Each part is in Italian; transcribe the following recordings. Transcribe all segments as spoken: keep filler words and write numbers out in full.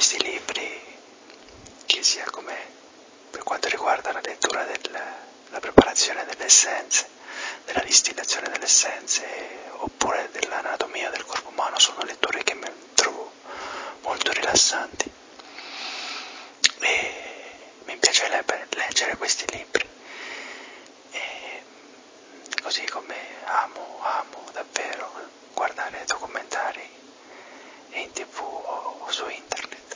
questi libri, che sia come per quanto riguarda la lettura della preparazione delle essenze, della distillazione delle essenze, oppure dell'anatomia del corpo umano, sono letture che trovo molto rilassanti e mi piace leggere questi libri, e così come amo, amo davvero guardare documentari in tv o su internet.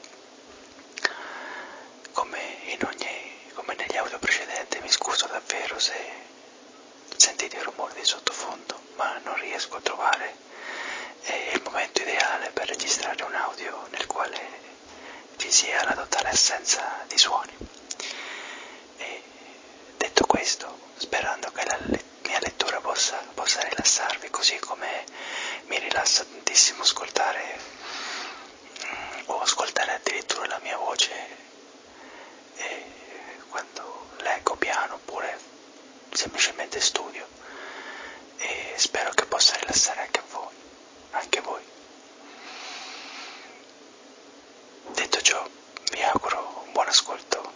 Come in ogni, come negli audio precedenti, mi scuso davvero se sentite il rumore di sottofondo, ma non riesco a trovare eh, il momento ideale per registrare un audio nel quale ci sia la totale assenza di suoni. E detto questo, sperando che la le- mia lettura possa, possa rilassarvi, così come mi rilassa tantissimo ascoltare mm, o ascoltare addirittura la mia voce eh, quando leggo piano oppure semplicemente studio, e spero che possa rilassare anche a voi, anche voi. Detto ciò, vi auguro un buon ascolto.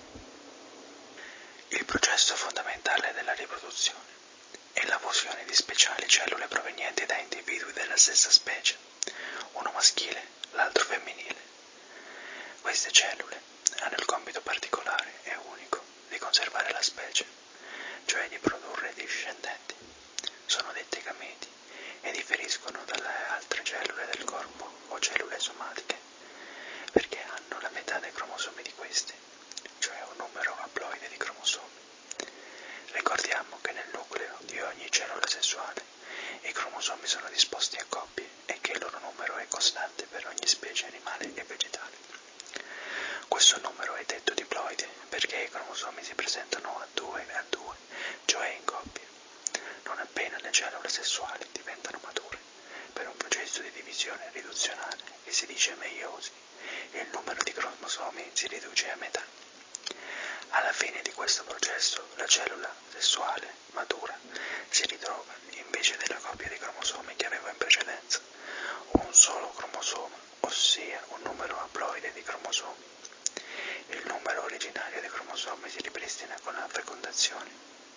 Il processo fondamentale della riproduzione è la fusione di speciali cellule provenienti da individui della stessa specie, uno maschile, l'altro femminile. Queste cellule hanno il compito particolare e unico di conservare la specie, cioè di produrre discendenti. Sono dette gameti e differiscono dalle altre cellule del corpo o cellule somatiche, perché hanno la metà dei cromosomi di questi, cioè un numero aploide di cromosomi. Ricordiamo che nel nucleo di ogni cellula sessuale i cromosomi sono disposti a coppie e che il loro numero è costante per ogni specie animale e vegetale. Questo numero è detto diploide perché i cromosomi si presentano a due a due, cioè in coppie. Non appena le cellule sessuali diventano mature, per un processo di divisione riduzionale che si dice meiosi, il numero di cromosomi si riduce a metà. Alla fine di questo processo la cellula sessuale matura si ritrova, invece della coppia di cromosomi che aveva in precedenza, un solo cromosoma, ossia un numero aploide di cromosomi. Il numero originario dei cromosomi si ripristina con la fecondazione.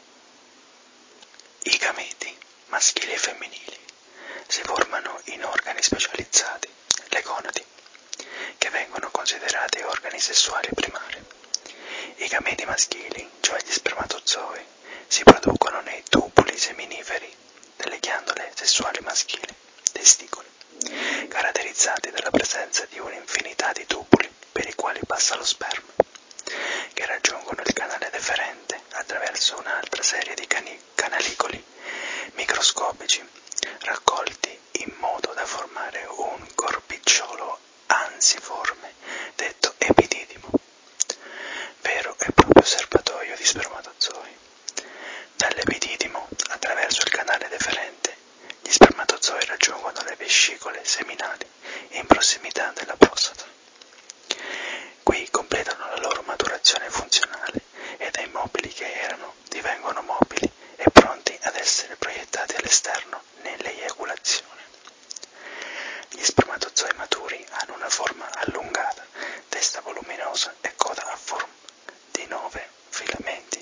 I gameti, maschili e femminili, si formano in organi specializzati, le gonadi, che vengono considerati organi sessuali primari. I gameti maschili, cioè gli spermatozoi, si producono nei tubuli seminiferi delle ghiandole sessuali maschili, testicoli, caratterizzati dalla presenza di un'infinità di tubuli per i quali passa lo sperma, che raggiungono il canale deferente attraverso un'altra serie di cani- canalicoli microscopici raccolti in modo da formare un corpicciolo ansiforme detto epididimo, vero e proprio serbatoio di spermatozoi. Dall'epididimo, attraverso il canale deferente, gli spermatozoi raggiungono le vescicole seminali in prossimità della prostata. Qui completano la loro maturazione funzionale e dai mobili che erano divengono mobili e pronti ad essere proiettati all'esterno nell'eiaculazione. Gli spermatozoi maturi hanno una forma allungata, testa voluminosa e coda a forma di nove filamenti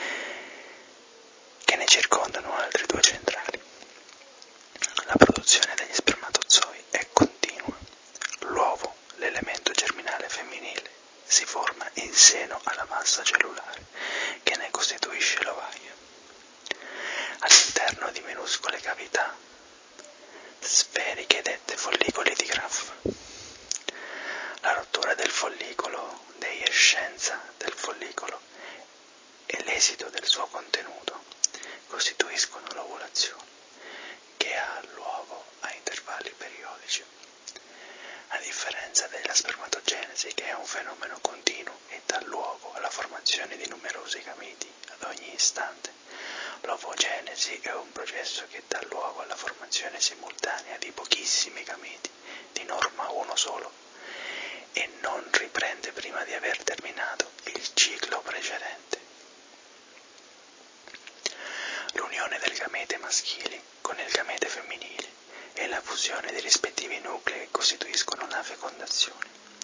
che ne circondano altri due centrali. La produzione degli spermatozoi è continua. L'uovo, l'elemento germinale femminile, si forma in seno alla massa cellulare che ne costituisce l'ovaio. All'interno di minuscole cavità sferiche dette follicoli di Graf. La rottura del follicolo, deiescenza del follicolo e l'esito del suo contenuto costituiscono l'ovulazione, che ha luogo a intervalli periodici. A differenza della spermatogenesi, che è un fenomeno continuo e dà luogo alla formazione di numerosi gameti ad ogni istante, l'ovogenesi è un processo che dà luogo alla formazione simultanea di pochissimi gameti, di norma uno solo, e non riprende prima di aver terminato il ciclo precedente. L'unione del gamete maschile con il gamete femminile e la fusione dei rispettivi nuclei costituiscono la fecondazione.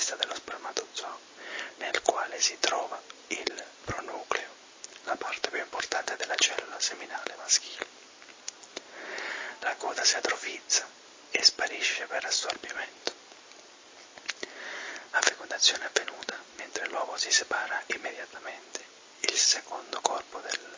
testa dello spermatozoo, nel quale si trova il pronucleo, la parte più importante della cellula seminale maschile. La coda si atrofizza e sparisce per assorbimento. La fecondazione è avvenuta mentre l'uovo si separa immediatamente il secondo corpo del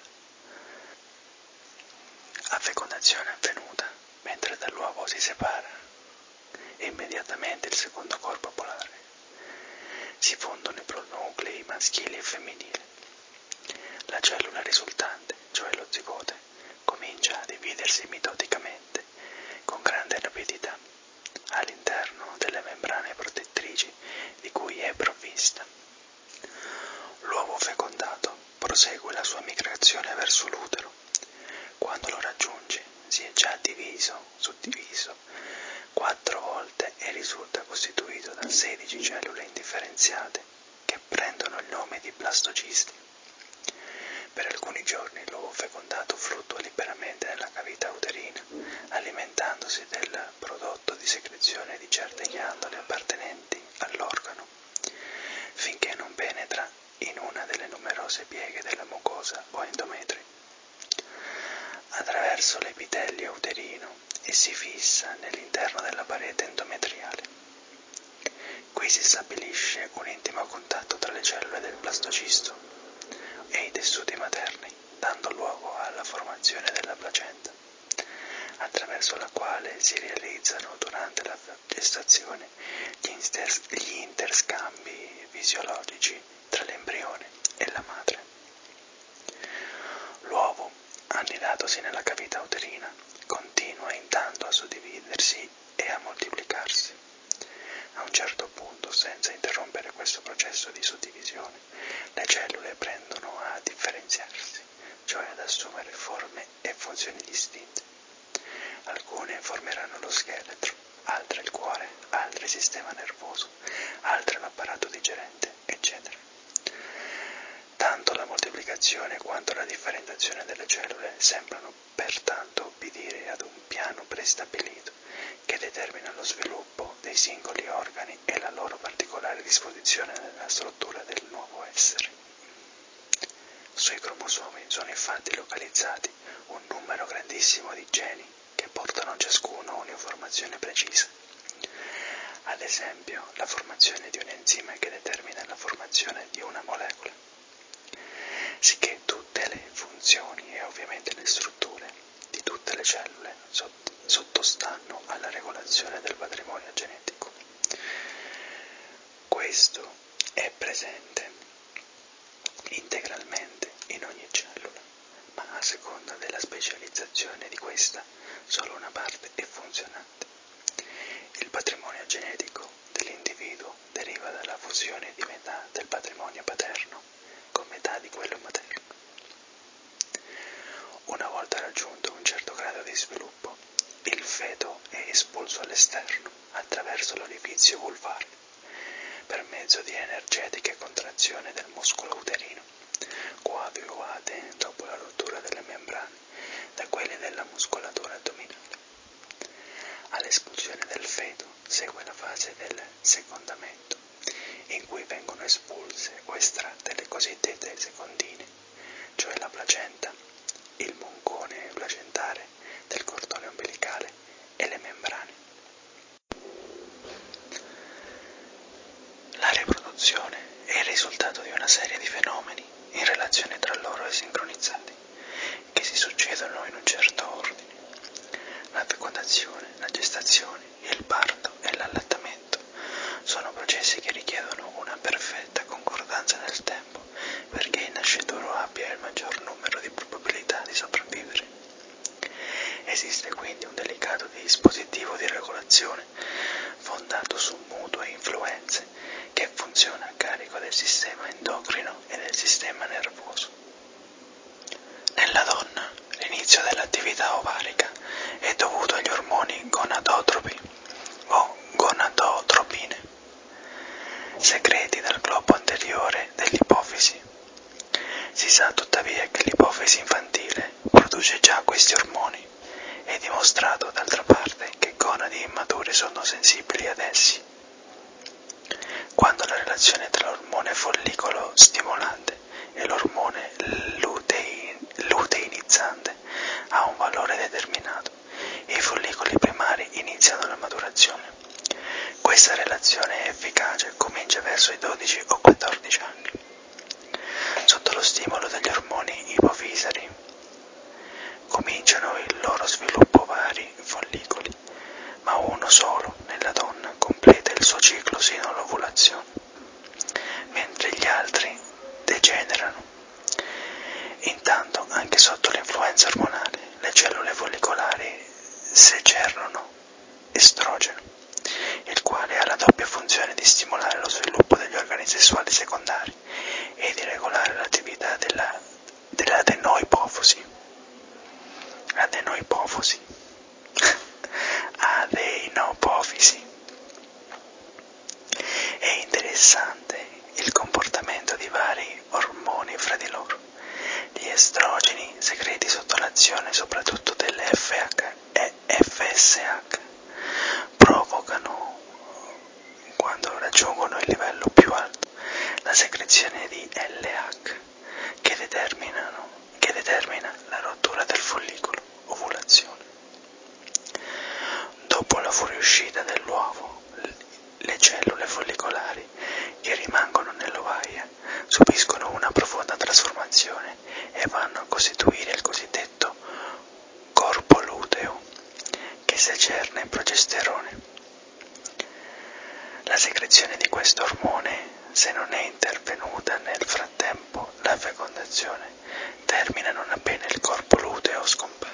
La fecondazione è avvenuta mentre dall'uovo si separa immediatamente il secondo corpo polare. Si fondono i pronuclei maschili e femminili. La cellula risultante, cioè lo zigote, comincia a dividersi mitoticamente con grande rapidità all'interno delle membrane protettrici di cui è provvista. L'uovo fecondato prosegue la sua migrazione verso l'utero. Quando lo raggiunge si è già diviso, suddiviso, quattro volte e risulta costituito da sedici cellule indifferenziate che prendono il nome di blastocisti. Per alcuni giorni l'uovo fecondato fluttua liberamente nella cavità uterina, alimentandosi del prodotto di secrezione di certe ghiandole appartenenti all'organo, finché non penetra in una delle numerose pieghe della mucosa o endometri. Attraverso l'epitelio uterino e si fissa nell'interno della parete endometriale. Qui si stabilisce un intimo contatto tra le cellule del blastocisto e i tessuti materni, dando luogo alla formazione della placenta, attraverso la quale si realizzano durante la gestazione gli, inter- gli interscambi fisiologici tra l'embrione e la madre. L'uovo, annidatosi nella cavità uterina, continua intanto a suddividersi e a moltiplicarsi. A un certo punto, senza interrompere questo processo di suddivisione, le cellule prendono a differenziarsi, cioè ad assumere forme e funzioni distinte. Alcune formeranno lo scheletro, altre il cuore, altre il sistema nervoso, altre l'apparato digerente, eccetera. Tanto la moltiplicazione quanto la differenziazione delle cellule sembrano pertanto obbedire ad un piano prestabilito che determina lo sviluppo dei singoli organi e la loro particolare disposizione nella struttura del nuovo essere. Sui cromosomi sono infatti localizzati un numero grandissimo di geni che portano ciascuno un'informazione precisa. Ad esempio, la formazione di un enzima che determina la formazione di una molecola, sicché tutte le funzioni e ovviamente le strutture di tutte le cellule sottostanno alla regolazione del patrimonio genetico. Questo è presente integralmente in ogni cellula, ma a seconda della specializzazione di questa, solo una parte è funzionante. Il patrimonio genetico dell'individuo deriva dalla fusione di metà del patrimonio paterno con metà di quello materno. Una volta raggiunto un certo grado di sviluppo, il feto è espulso all'esterno attraverso l'orifizio vulvare, per mezzo di energetiche contrazioni del muscolo uterino, coadiuvate dopo la rottura delle membrane da quelle della muscolatura addominale. All'espulsione del feto segue la fase del secondamento, in cui vengono espulse o estratte le cosiddette secondine, cioè la placenta, il moncone placentare del cordone ombelicale e le membrane. La riproduzione è il risultato di una serie di fenomeni in relazione tra loro e sincronizzati, che si succedono in un certo ordine. La fecondazione, la gestazione, il parto e l'allattamento sono processi che richiedono una perfetta concordanza nel tempo perché il nascituro abbia il maggior numero di probabilità di sopravvivere. Esiste quindi un delicato dispositivo di regolazione fondato su mutue influenze che funziona a carico del sistema endocrino e del sistema nervoso. Nella donna, l'inizio dell'attività ovarica è dovuto agli ormoni gonadotropi o gonadotropine, secreti dal globo anteriore dell'ipofisi. Si sa tuttavia che l'ipofisi infantile produce già questi ormoni. È dimostrato d'altra parte che gonadi immature sono sensibili ad essi. relazione tra l'ormone follicolo stimolante e l'ormone lutein- luteinizzante ha un valore determinato e i follicoli primari iniziano la maturazione. Questa relazione è efficace comincia verso i dodici o quattordici anni. Sotto lo stimolo degli ormoni ipofisari cominciano il loro sviluppo vari follicoli, ma uno solo nella donna completa il suo ciclo sino all'ovulazione, mentre gli altri degenerano. Intanto, anche sotto l'influenza ormonale, le cellule follicolari secreano estrogeno, il quale ha la doppia funzione di stimolare lo sviluppo degli organi sessuali secondari e di regolare l'attività della, dell'adenoipofosi. Adenoipofosi. Adenopofisi. È interessante il comportamento di vari ormoni fra di loro. Gli estrogeni, secreti sotto l'azione soprattutto dell'F H e F S H, provocano, quando raggiungono il livello più alto, la secrezione di L H, che, determinano, che determina la rottura del follicolo, ovulazione. Dopo la fuoriuscita dell'uovo, le cellule follicolari che rimangono nell'ovaia subiscono una profonda trasformazione e vanno a costituire il cosiddetto corpo luteo, che secerne progesterone. La secrezione di questo ormone, se non è intervenuta nel frattempo la fecondazione, termina non appena il corpo luteo scompare.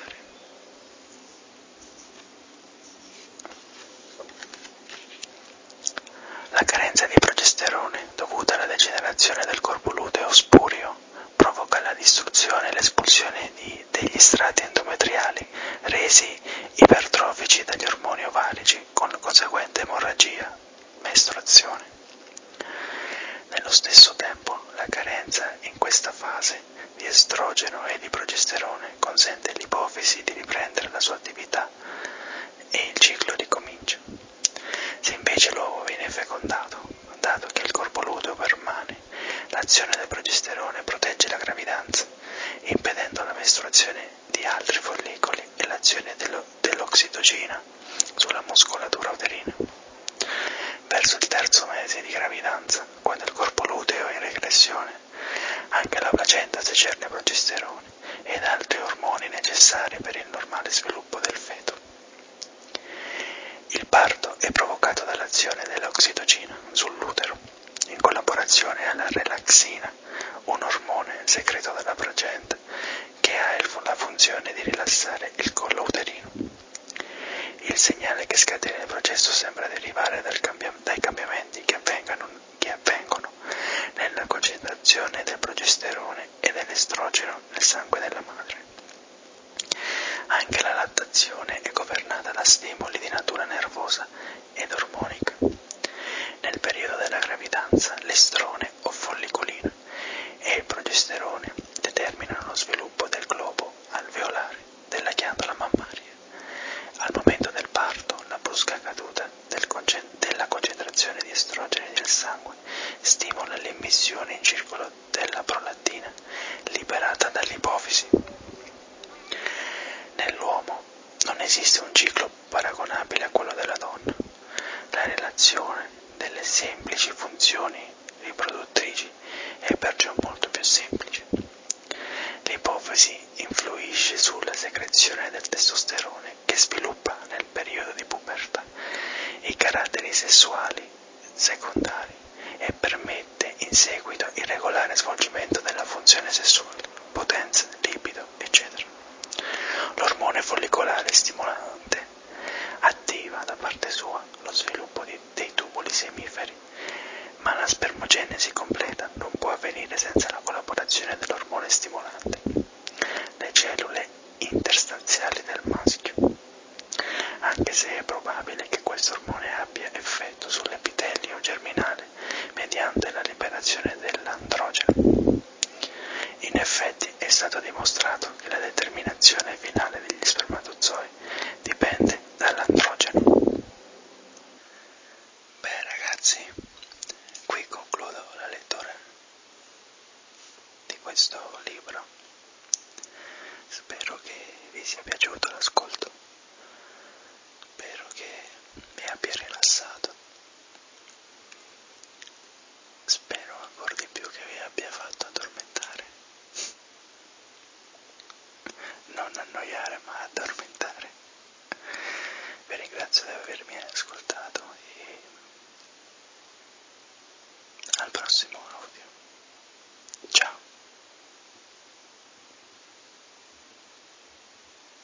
La carenza di progesterone, dovuta alla degenerazione del corpo luteo spurio, provoca la distruzione e l'espulsione di, degli strati endometriali resi ipertrofici dagli ormoni ovarici, con conseguente emorragia, mestruazione. Nello stesso tempo, la carenza in questa fase di estrogeno e di progesterone consente all'ipofisi di riprendere la sua attività e il ciclo ricomincia. Se invece l'uovo viene fecondato, dato che il corpo luteo permane, l'azione del progesterone protegge la gravidanza, impedendo la mestruazione di altri follicoli e l'azione dello, dell'oxitocina sulla muscolatura uterina. Verso il terzo mese di gravidanza, quando il corpo luteo è in regressione, anche la placenta secerne progesterone ed altri ormoni necessari per il normale sviluppo del feto. Il parto è provocato dall'azione dell'oxitocina sull'utero, in collaborazione alla relaxina, un ormone secreto dalla placenta che ha la funzione di rilassare il collo uterino. Il segnale che scatena il processo sembra derivare dal cambia- dai cambiamenti che avvengono, che avvengono nella concentrazione del progesterone e dell'estrogeno nel sangue della madre. Anche la lattazione è governata da stimoli di natura nervosa ed ormonica. Nel periodo della gravidanza, l'estrone o follicolina e il progesterone determinano lo sviluppo del globo alveolare della ghiandola mammaria. Al momento del parto, la brusca caduta del concent- della concentrazione di estrogeni nel sangue stimola l'immissione in circolo della prolattina liberata dall'ipofisi. Nell'uomo non esiste un ciclo paragonabile a quello della donna. La relazione delle semplici funzioni riproduttrici è perciò molto più semplice. L'ipofisi influisce sulla secrezione del testosterone che sviluppa nel periodo di pubertà i caratteri sessuali secondari e permette in seguito il regolare svolgimento della funzione sessuale, potenza, libido, eccetera. L'ormone follicolare stimolante attiva da parte sua lo sviluppo di, dei tubuli semiferi, ma la spermogenesi completa non può avvenire senza la collaborazione dell'ormone stimolante. Le cellule interstanziali del maschio, anche se è probabile che questo ormone abbia effetto sull'epitelio germinale mediante la liberazione dell'androgeno. In effetti è stato dimostrato che la determinazione finale degli spermatozoi dipende dall'androgeno. Beh ragazzi, qui concludo questo libro. Spero che vi sia piaciuto l'ascolto, spero che vi abbia rilassato, spero ancora di più che vi abbia fatto addormentare. Non annoiare ma addormentare. Vi ringrazio di avermi ascoltato